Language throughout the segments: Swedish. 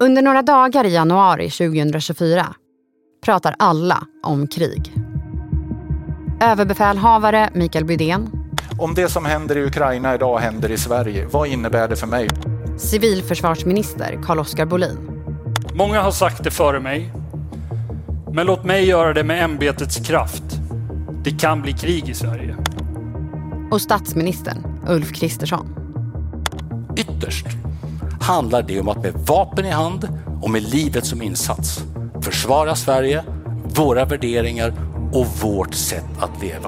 Under några dagar i januari 2024 pratar alla om krig. Överbefälhavare Mikael Bydén. Om det som händer i Ukraina idag händer i Sverige, vad innebär det för mig? Civilförsvarsminister Carl-Oskar Bolin. Många har sagt det före mig, men låt mig göra det med ämbetets kraft. Det kan bli krig i Sverige. Och statsministern Ulf Kristersson. Ytterst handlar det om att med vapen i hand och med livet som insats försvara Sverige, våra värderingar och vårt sätt att leva.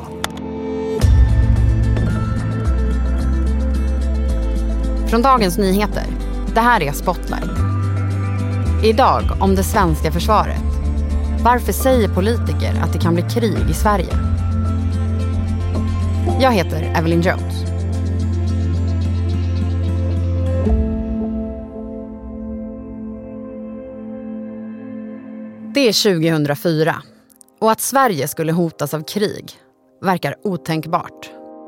Från Dagens Nyheter, det här är Spotlight. Idag om det svenska försvaret. Varför säger politiker att det kan bli krig i Sverige? Jag heter Evelyn Jones. Det är 2004 och att Sverige skulle hotas av krig verkar otänkbart.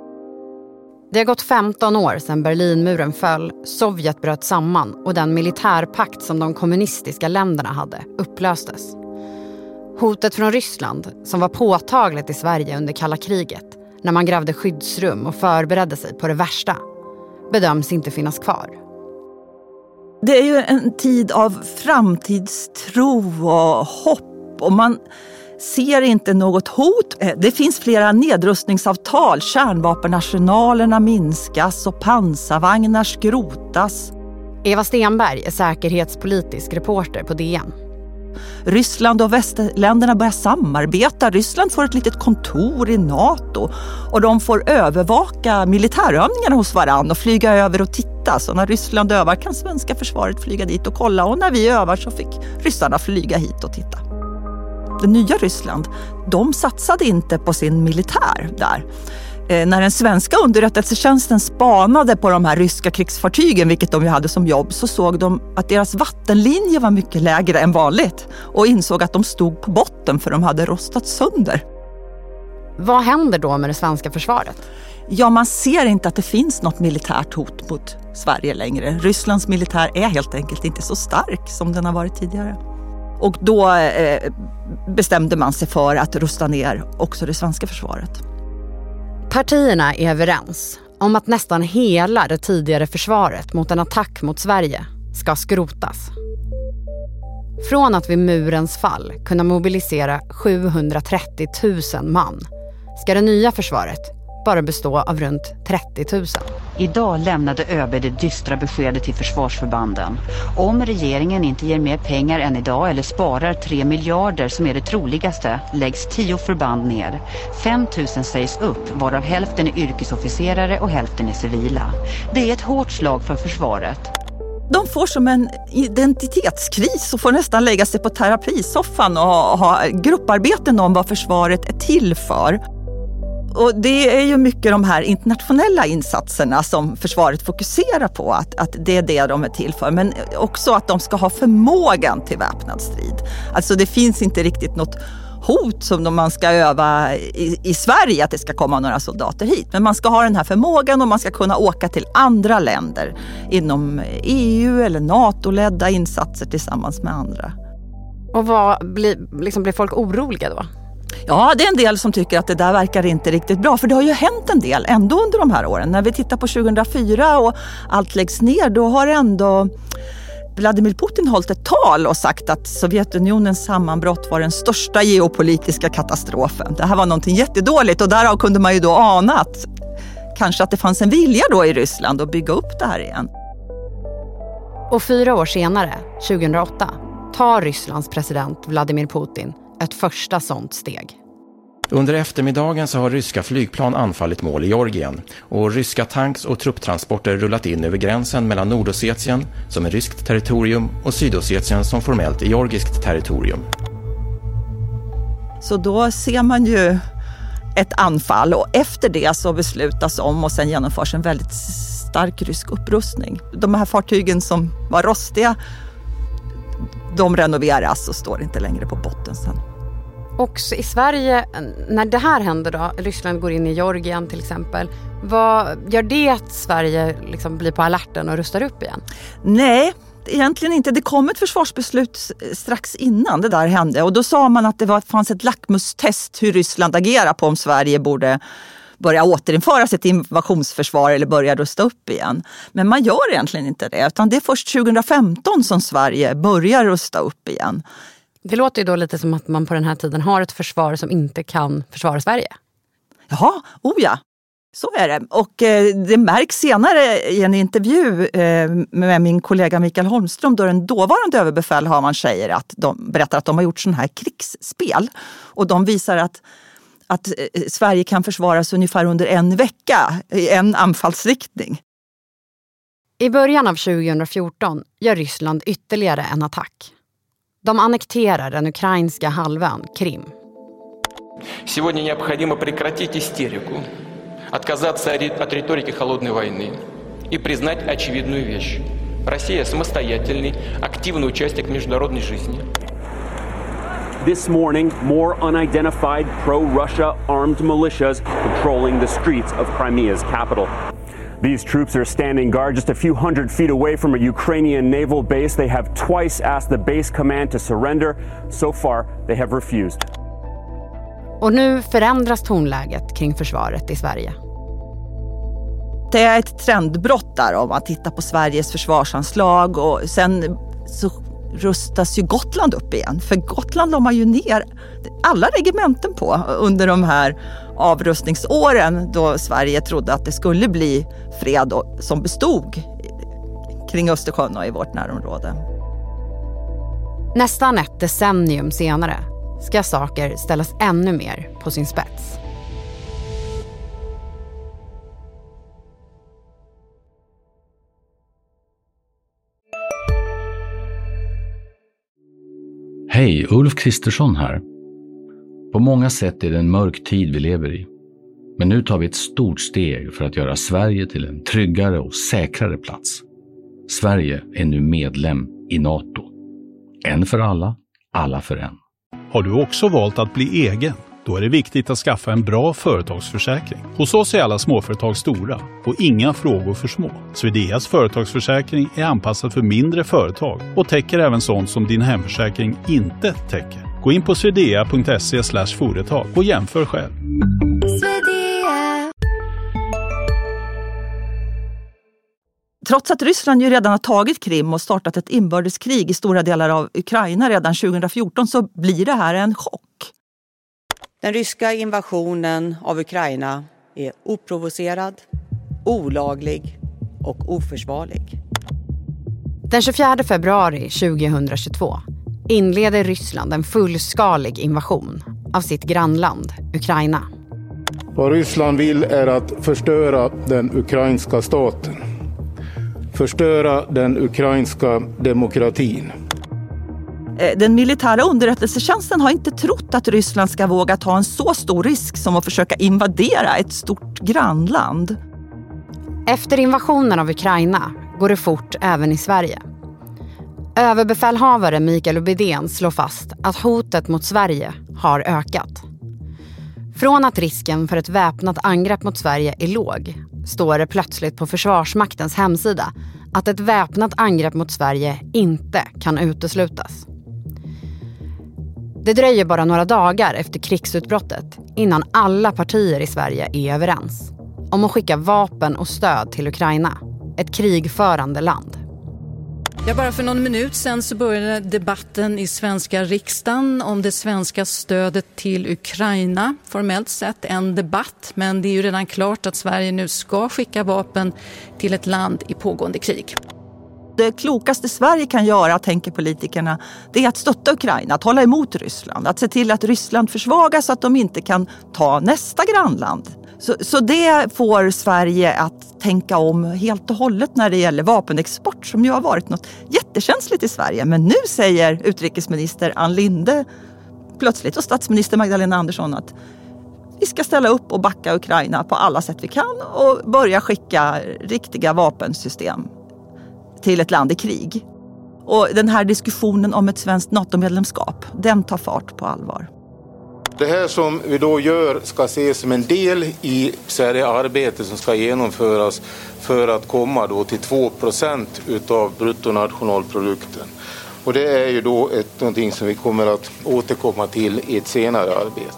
Det har gått 15 år sedan Berlinmuren föll, Sovjet bröt samman och den militärpakt som de kommunistiska länderna hade upplöstes. Hotet från Ryssland, som var påtagligt i Sverige under kalla kriget, när man grävde skyddsrum och förberedde sig på det värsta, bedöms inte finnas kvar. Det är ju en tid av framtidstro och hopp och man ser inte något hot. Det finns flera nedrustningsavtal, kärnvapenarsenalerna minskas och pansarvagnar skrotas. Eva Stenberg är säkerhetspolitisk reporter på DN. Ryssland och västländerna börjar samarbeta. Ryssland får ett litet kontor i NATO och de får övervaka militärövningarna hos varann och flyga över och titta. Så när Ryssland övar kan svenska försvaret flyga dit och kolla, och när vi övar så fick ryssarna flyga hit och titta. Det nya Ryssland, de satsade inte på sin militär där. När den svenska underrättelsetjänsten spanade på de här ryska krigsfartygen, vilket de ju hade som jobb, så såg de att deras vattenlinje var mycket lägre än vanligt och insåg att de stod på botten för de hade rostat sönder. Vad händer då med det svenska försvaret? Ja, man ser inte att det finns något militärt hot mot Sverige längre. Rysslands militär är helt enkelt inte så stark som den har varit tidigare. Och då bestämde man sig för att rusta ner också det svenska försvaret. Partierna är överens om att nästan hela det tidigare försvaret mot en attack mot Sverige ska skrotas. Från att vid murens fall kunna mobilisera 730 000 man ska det nya försvaret bara bestå av runt 30 000. Idag lämnade ÖB det dystra beskedet till försvarsförbanden. Om regeringen inte ger mer pengar än idag eller sparar 3 miljarder som är det troligaste, läggs 10 förband ner. 5 000 sägs upp, varav hälften är yrkesofficerare och hälften är civila. Det är ett hårt slag för försvaret. De får som en identitetskris och får nästan lägga sig på terapisoffan och ha grupparbeten om vad försvaret är till för. Och det är ju mycket de här internationella insatserna som försvaret fokuserar på, att det är det de är till för. Men också att de ska ha förmågan till väpnad strid. Alltså det finns inte riktigt något hot som man ska öva i Sverige, att det ska komma några soldater hit. Men man ska ha den här förmågan och man ska kunna åka till andra länder inom EU eller NATO-ledda insatser tillsammans med andra. Och blir folk oroliga då? Ja, det är en del som tycker att det där verkar inte riktigt bra. För det har ju hänt en del ändå under de här åren. När vi tittar på 2004 och allt läggs ner, då har ändå Vladimir Putin hållit ett tal och sagt att Sovjetunionens sammanbrott var den största geopolitiska katastrofen. Det här var någonting jättedåligt och därav kunde man ju då ana att kanske att det fanns en vilja då i Ryssland att bygga upp det här igen. Och 4 år senare, 2008, tar Rysslands president Vladimir Putin ett första sånt steg. Under eftermiddagen så har ryska flygplan anfallit mål i Georgien och ryska tanks- och trupptransporter rullat in över gränsen mellan Nordossetien, som är ryskt territorium, och Sydossetien som formellt är georgiskt territorium. Så då ser man ju ett anfall och efter det så beslutas om och sen genomförs en väldigt stark rysk upprustning. De här fartygen som var rostiga, de renoveras och står inte längre på botten sen. Också i Sverige, när det här händer då, Ryssland går in i Georgien till exempel, vad gör det att Sverige liksom blir på alerten och rustar upp igen? Nej, egentligen inte. Det kom ett försvarsbeslut strax innan det där hände. Och då sa man att det fanns ett lackmustest hur Ryssland agerar på om Sverige borde börja återinföra sitt invasionsförsvar eller börja rusta upp igen. Men man gör egentligen inte det. Utan det är först 2015 som Sverige börjar rusta upp igen. Det låter ju då lite som att man på den här tiden har ett försvar som inte kan försvara Sverige. Jaha, ja. Så är det. Och det märks senare i en intervju med min kollega Mikael Holmström då den dåvarande överbefälhavaren säger att de berättar att de har gjort sån här krigsspel. Och de visar att Sverige kan försvaras ungefär under en vecka i en anfallsriktning. I början av 2014 gör Ryssland ytterligare en attack. De annekterar den ukrainska halvön Krim. Сегодня необходимо прекратить истерику, отказаться от риторики холодной войны и признать очевидную вещь. Россия самостоятельный, активный участник международной жизни. This morning, more unidentified pro-Russia armed militias patrolling the streets of Crimea's capital. These troops are standing guard just a few hundred feet away from a Ukrainian naval base. They have twice asked the base command to surrender. So far, they have refused. Och nu förändras tonläget kring försvaret i Sverige. Det är ett trendbrott där om man tittar på Sveriges försvarsanslag och sen så rustas ju Gotland upp igen. För Gotland la man ju ner alla regementen på under de här avrustningsåren då Sverige trodde att det skulle bli fred som bestod kring Östersjön och i vårt närområde. Nästan ett decennium senare ska saker ställas ännu mer på sin spets. Hej, Ulf Kristersson här. På många sätt är det en mörk tid vi lever i. Men nu tar vi ett stort steg för att göra Sverige till en tryggare och säkrare plats. Sverige är nu medlem i NATO. En för alla, alla för en. Har du också valt att bli egen? Då är det viktigt att skaffa en bra företagsförsäkring. Hos oss är alla småföretag stora och inga frågor för små. Swedeas företagsförsäkring är anpassad för mindre företag och täcker även sånt som din hemförsäkring inte täcker. Gå in på swedea.se/företag och jämför själv. Trots att Ryssland ju redan har tagit Krim och startat ett inbördeskrig i stora delar av Ukraina redan 2014 så blir det här en chock. Den ryska invasionen av Ukraina är oprovocerad, olaglig och oförsvarlig. Den 24 februari 2022 inleder Ryssland en fullskalig invasion av sitt grannland Ukraina. Vad Ryssland vill är att förstöra den ukrainska staten. Förstöra den ukrainska demokratin. Den militära underrättelsetjänsten har inte trott att Ryssland ska våga ta en så stor risk som att försöka invadera ett stort grannland. Efter invasionen av Ukraina går det fort även i Sverige. Överbefälhavare Mikael Obbedén slår fast att hotet mot Sverige har ökat. Från att risken för ett väpnat angrepp mot Sverige är låg står det plötsligt på Försvarsmaktens hemsida att ett väpnat angrepp mot Sverige inte kan uteslutas. Det dröjer bara några dagar efter krigsutbrottet innan alla partier i Sverige är överens om att skicka vapen och stöd till Ukraina, ett krigförande land. Ja, bara för någon minut sedan så började debatten i svenska riksdagen om det svenska stödet till Ukraina. Formellt sett en debatt, men det är ju redan klart att Sverige nu ska skicka vapen till ett land i pågående krig. Det klokaste Sverige kan göra, tänker politikerna, det är att stötta Ukraina, att hålla emot Ryssland. Att se till att Ryssland försvagas så att de inte kan ta nästa grannland. Så det får Sverige att tänka om helt och hållet när det gäller vapenexport som ju har varit något jättekänsligt i Sverige. Men nu säger utrikesminister Ann Linde plötsligt och statsminister Magdalena Andersson att vi ska ställa upp och backa Ukraina på alla sätt vi kan och börja skicka riktiga vapensystem till ett land i krig. Och den här diskussionen om ett svenskt NATO-medlemskap, den tar fart på allvar. Det här som vi då gör ska ses som en del i det arbete som ska genomföras för att komma då till 2% utav bruttonationalprodukten. Och det är ju då någonting som vi kommer att återkomma till i ett senare arbete.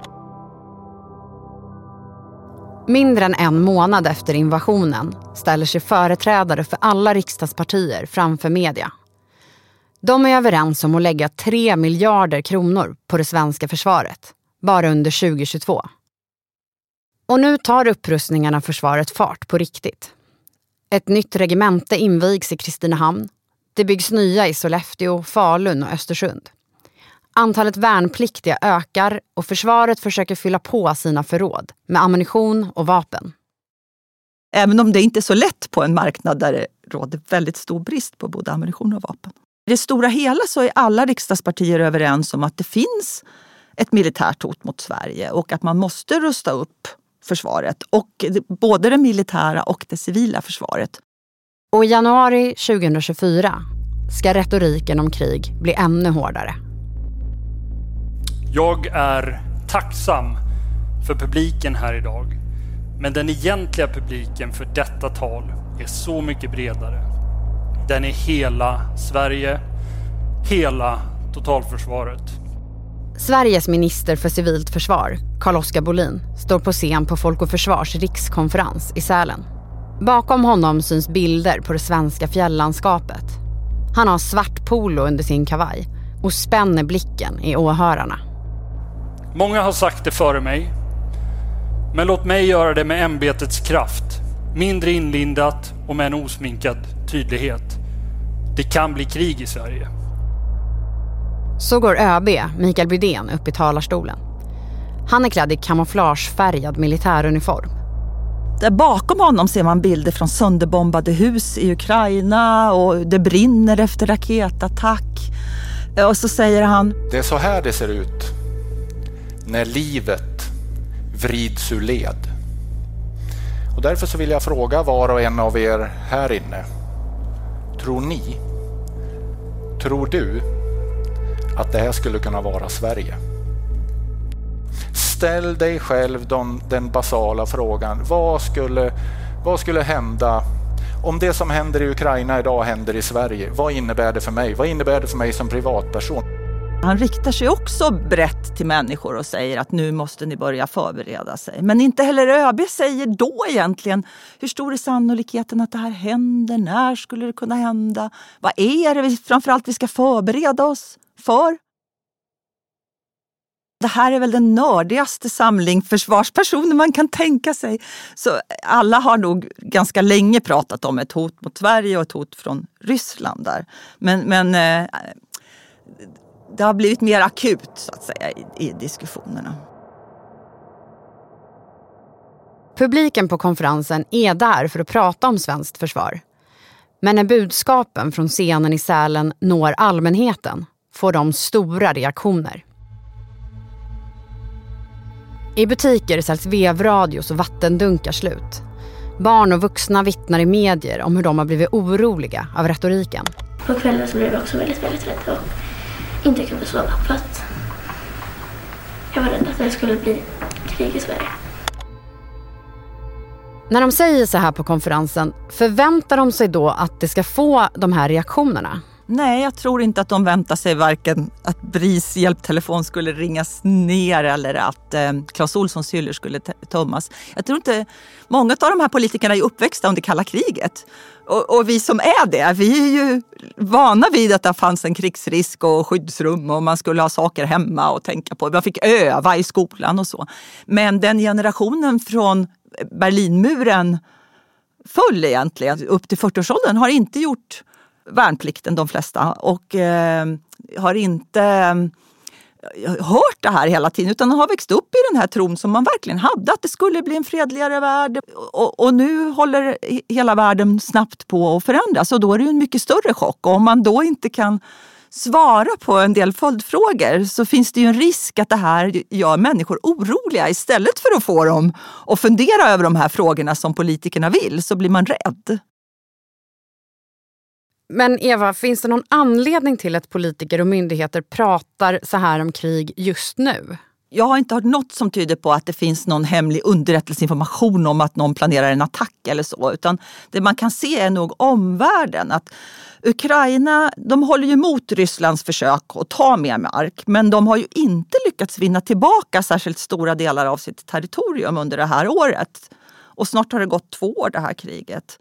Mindre än en månad efter invasionen ställer sig företrädare för alla riksdagspartier framför media. De är överens om att lägga 3 miljarder kronor på det svenska försvaret, bara under 2022. Och nu tar upprustningarna av försvaret fart på riktigt. Ett nytt regemente invigs i Kristinehamn. Det byggs nya i Sollefteå, Falun och Östersund. Antalet värnpliktiga ökar och försvaret försöker fylla på sina förråd med ammunition och vapen. Även om det inte är så lätt på en marknad där det råder väldigt stor brist på både ammunition och vapen. I det stora hela så är alla riksdagspartier överens om att det finns ett militärt hot mot Sverige och att man måste rusta upp försvaret, och både det militära och det civila försvaret. Och i januari 2024 ska retoriken om krig bli ännu hårdare. Jag är tacksam för publiken här idag. Men den egentliga publiken för detta tal är så mycket bredare. Den är hela Sverige, hela totalförsvaret. Sveriges minister för civilt försvar, Carl-Oskar Bolin, står på scen på Folk och Försvars rikskonferens i Sälen. Bakom honom syns bilder på det svenska fjällandskapet. Han har svart polo under sin kavaj och spänner blicken i åhörarna. Många har sagt det före mig, men låt mig göra det med ämbetets kraft. Mindre inlindat och med en osminkad tydlighet. Det kan bli krig i Sverige. Så går ÖB Mikael Bydén upp i talarstolen. Han är klädd i kamouflagefärgad militäruniform. Där bakom honom ser man bilder från sönderbombade hus i Ukraina och det brinner efter raketattack. Och så säger han: Det är så här det ser ut när livet vrids ur led. Och därför så vill jag fråga var och en av er här inne. Tror du att det här skulle kunna vara Sverige? Ställ dig själv den basala frågan. Vad skulle hända om det som händer i Ukraina idag händer i Sverige? Vad innebär det för mig? Vad innebär det för mig som privatperson? Han riktar sig också brett till människor och säger att nu måste ni börja förbereda sig. Men inte heller ÖB säger då egentligen hur stor är sannolikheten att det här händer? När skulle det kunna hända? Vad är det framförallt vi ska förbereda oss för? Det här är väl den nördigaste samling försvarspersoner man kan tänka sig. Så alla har nog ganska länge pratat om ett hot mot Sverige och ett hot från Ryssland där. Men det har blivit mer akut så att säga i diskussionerna. Publiken på konferensen är där för att prata om svenskt försvar. Men när budskapen från scenen i Sälen når allmänheten får de stora reaktioner. I butiker säljs vevradios och vattendunkar slut. Barn och vuxna vittnar i medier om hur de har blivit oroliga av retoriken. På kvällen så blev jag också väldigt rädd och inte kunde sova för att jag var rädd att det skulle bli krig i Sverige. När de säger så här på konferensen, förväntar de sig då att det ska få de här reaktionerna? Nej, jag tror inte att de väntar sig varken att BRIS hjälptelefon skulle ringas ner eller att Claes Olssons hyllor skulle tömmas. Jag tror inte, många av de här politikerna är uppväxta under kalla kriget. Och vi som är det, vi är ju vana vid att det fanns en krigsrisk och skyddsrum och man skulle ha saker hemma och tänka på. Man fick öva i skolan och så. Men den generationen från Berlinmuren föll egentligen upp till 40-årsåldern har inte gjort värnplikten de flesta och har inte hört det här hela tiden utan har växt upp i den här tron som man verkligen hade att det skulle bli en fredligare värld och nu håller hela världen snabbt på att förändras och då är det ju en mycket större chock och om man då inte kan svara på en del följdfrågor så finns det ju en risk att det här gör människor oroliga istället för att få dem att fundera över de här frågorna som politikerna vill så blir man rädd. Men Eva, finns det någon anledning till att politiker och myndigheter pratar så här om krig just nu? Jag har inte hört något som tyder på att det finns någon hemlig underrättelseinformation om att någon planerar en attack eller så. Utan det man kan se är nog omvärlden. Att Ukraina, de håller ju emot Rysslands försök att ta mer mark. Men de har ju inte lyckats vinna tillbaka särskilt stora delar av sitt territorium under det här året. Och snart har det gått 2 år det här kriget.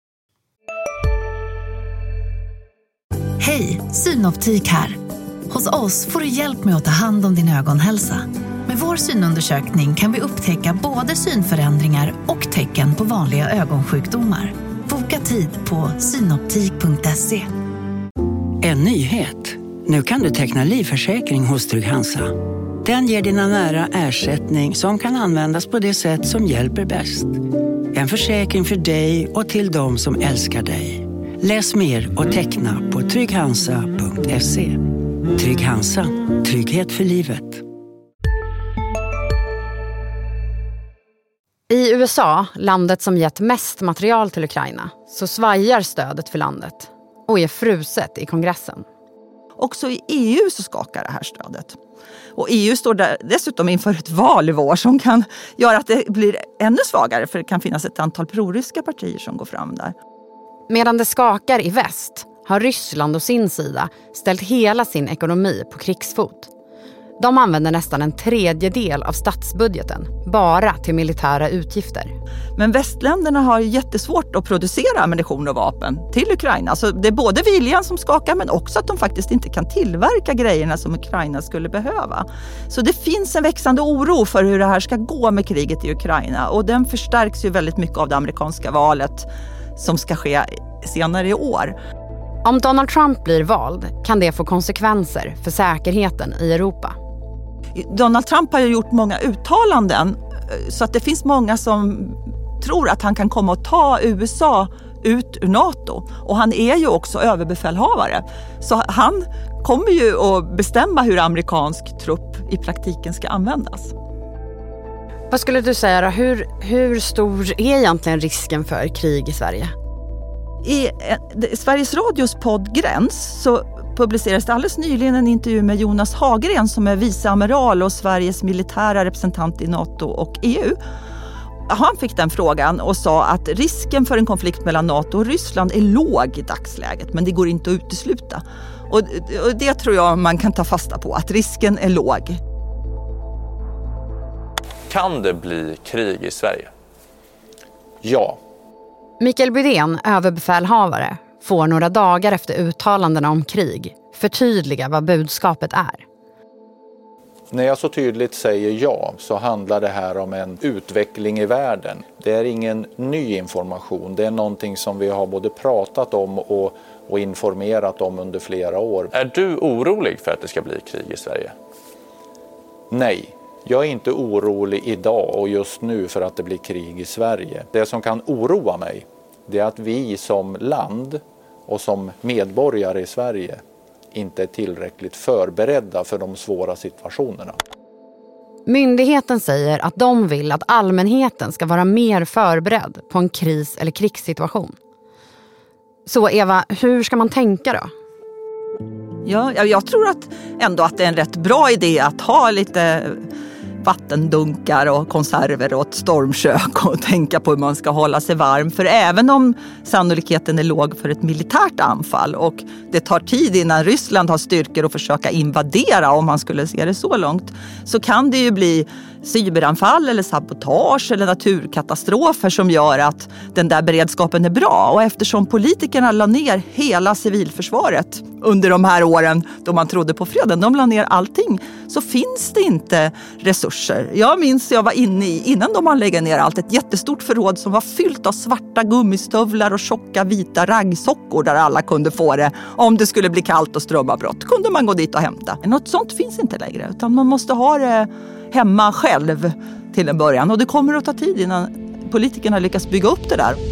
Hej, Synoptik här. Hos oss får du hjälp med att ta hand om din ögonhälsa. Med vår synundersökning kan vi upptäcka både synförändringar och tecken på vanliga ögonsjukdomar. Boka tid på synoptik.se. En nyhet. Nu kan du teckna livförsäkring hos Trygg Hansa. Den ger dina nära ersättning som kan användas på det sätt som hjälper bäst. En försäkring för dig och till de som älskar dig. Läs mer och teckna på trygghansa.se. Trygg Hansa. Trygghet för livet. I USA, landet som gett mest material till Ukraina, så svajar stödet för landet och är fruset i kongressen. Också i EU så skakar det här stödet. Och EU står där dessutom inför ett val i vår som kan göra att det blir ännu svagare, för det kan finnas ett antal proryska partier som går fram där. Medan det skakar i väst har Ryssland å sin sida ställt hela sin ekonomi på krigsfot. De använder nästan 1/3 av statsbudgeten bara till militära utgifter. Men västländerna har jättesvårt att producera ammunition och vapen till Ukraina. Så det är både viljan som skakar, men också att de faktiskt inte kan tillverka grejerna som Ukraina skulle behöva. Så det finns en växande oro för hur det här ska gå med kriget i Ukraina. Och den förstärks ju väldigt mycket av det amerikanska valet som ska ske senare i år. Om Donald Trump blir vald kan det få konsekvenser för säkerheten i Europa. Donald Trump har ju gjort många uttalanden, så att det finns många som tror att han kan komma att ta USA ut ur NATO. Och han är ju också överbefälhavare. Så han kommer ju att bestämma hur amerikansk trupp i praktiken ska användas. Vad skulle du säga då? Hur stor är egentligen risken för krig i Sverige? I Sveriges Radios podd Gräns så publicerades det alldeles nyligen en intervju med Jonas Hagren som är viceamiral och Sveriges militära representant i NATO och EU. Han fick den frågan och sa att risken för en konflikt mellan NATO och Ryssland är låg i dagsläget, men det går inte att utesluta. Och det tror jag man kan ta fasta på, att risken är låg. Kan det bli krig i Sverige? Ja. Mikael Bydén, överbefälhavare, får några dagar efter uttalandena om krig förtydliga vad budskapet är. När jag så tydligt säger ja så handlar det här om en utveckling i världen. Det är ingen ny information. Det är någonting som vi har både pratat om och informerat om under flera år. Är du orolig för att det ska bli krig i Sverige? Nej. Jag är inte orolig idag och just nu för att det blir krig i Sverige. Det som kan oroa mig, det är att vi som land och som medborgare i Sverige inte är tillräckligt förberedda för de svåra situationerna. Myndigheten säger att de vill att allmänheten ska vara mer förberedd på en kris- eller krigssituation. Så Eva, hur ska man tänka då? Ja, jag tror ändå att det är en rätt bra idé att ha lite vattendunkar och konserver och ett stormkök och tänka på hur man ska hålla sig varm. För även om sannolikheten är låg för ett militärt anfall och det tar tid innan Ryssland har styrkor att försöka invadera, om man skulle se det så långt, så kan det ju bli cyberanfall eller sabotage eller naturkatastrofer som gör att den där beredskapen är bra. Och eftersom politikerna la ner hela civilförsvaret under de här åren då man trodde på freden, de la ner allting, så finns det inte resurser. Jag minns jag var inne i, innan de lägger ner allt, ett jättestort förråd som var fyllt av svarta gummistövlar och tjocka vita raggsockor där alla kunde få det. Om det skulle bli kallt och strömavbrott kunde man gå dit och hämta. Något sånt finns inte längre, utan man måste ha det hemma själv till en början. Och det kommer att ta tid innan politikerna lyckas bygga upp det där.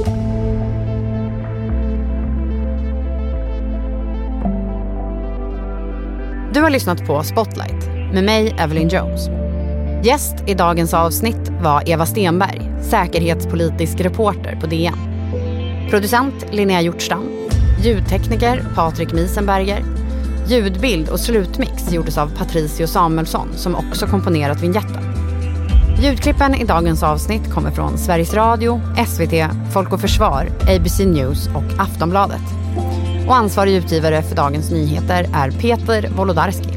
Du har lyssnat på Spotlight med mig, Evelyn Jones. Gäst i dagens avsnitt var Eva Stenberg, säkerhetspolitisk reporter på DN. Producent Linnea Hjortstam, ljudtekniker Patrik Miesenberger, Ljudbild och slutmix gjordes av Patricio Samuelsson som också komponerat vignetten. Ljudklippen i dagens avsnitt kommer från Sveriges Radio, SVT, Folk och Försvar, ABC News och Aftonbladet. Och ansvarig utgivare för dagens nyheter är Peter Wolodarski.